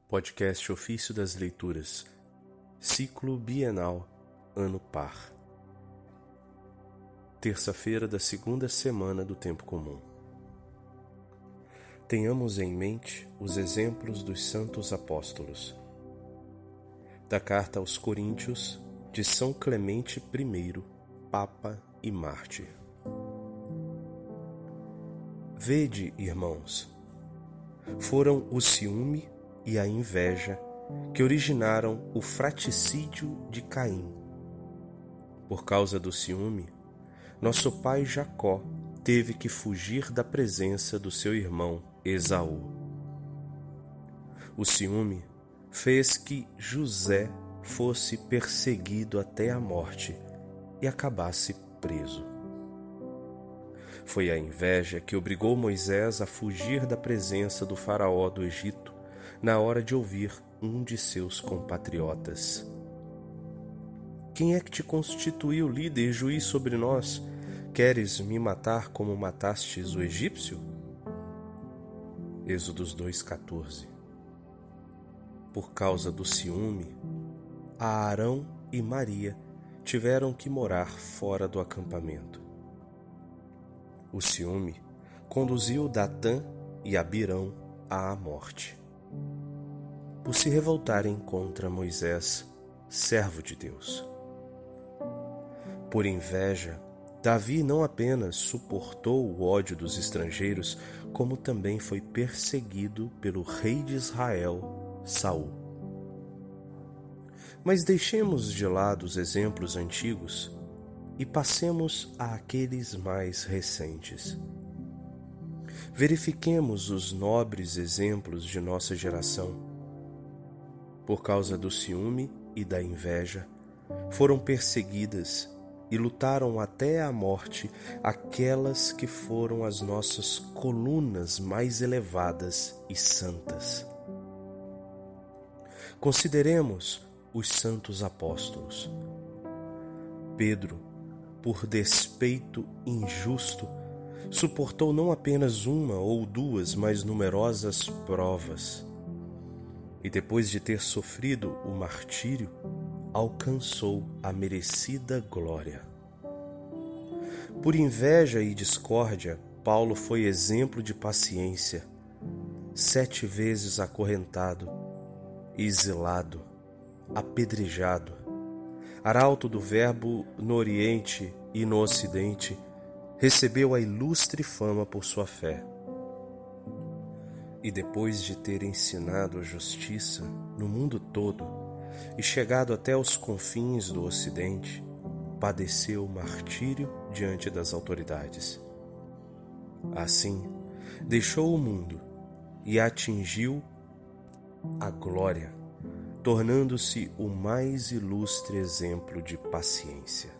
Podcast Ofício das Leituras, Ciclo Bienal, Ano Par. Terça-feira da segunda semana do Tempo Comum. Tenhamos em mente os exemplos dos santos apóstolos. Da Carta aos Coríntios, de São Clemente I, Papa e Mártir. Vede, irmãos, foram o ciúme e a inveja que originaram o fraticídio de Caim. Por causa do ciúme, nosso pai Jacó teve que fugir da presença do seu irmão Esaú. O ciúme fez que José fosse perseguido até a morte e acabasse preso. Foi a inveja que obrigou Moisés a fugir da presença do faraó do Egito na hora de ouvir um de seus compatriotas. Quem é que te constituiu líder e juiz sobre nós? Queres me matar como matastes o egípcio? Êxodos 2,14. Por causa do ciúme, Arão e Maria tiveram que morar fora do acampamento. O ciúme conduziu Datã e Abirão à morte, por se revoltarem contra Moisés, servo de Deus. Por inveja, Davi não apenas suportou o ódio dos estrangeiros, como também foi perseguido pelo rei de Israel, Saul. Mas deixemos de lado os exemplos antigos e passemos àqueles mais recentes. Verifiquemos os nobres exemplos de nossa geração. Por causa do ciúme e da inveja, foram perseguidas e lutaram até a morte aquelas que foram as nossas colunas mais elevadas e santas. Consideremos os santos apóstolos. Pedro, por despeito injusto, suportou não apenas uma ou duas, mas numerosas provas. E depois de ter sofrido o martírio, alcançou a merecida glória. Por inveja e discórdia, Paulo foi exemplo de paciência, 7 vezes acorrentado, exilado, apedrejado, arauto do Verbo no Oriente e no Ocidente, recebeu a ilustre fama por sua fé. E depois de ter ensinado a justiça no mundo todo e chegado até os confins do Ocidente, padeceu martírio diante das autoridades. Assim, deixou o mundo e atingiu a glória, tornando-se o mais ilustre exemplo de paciência.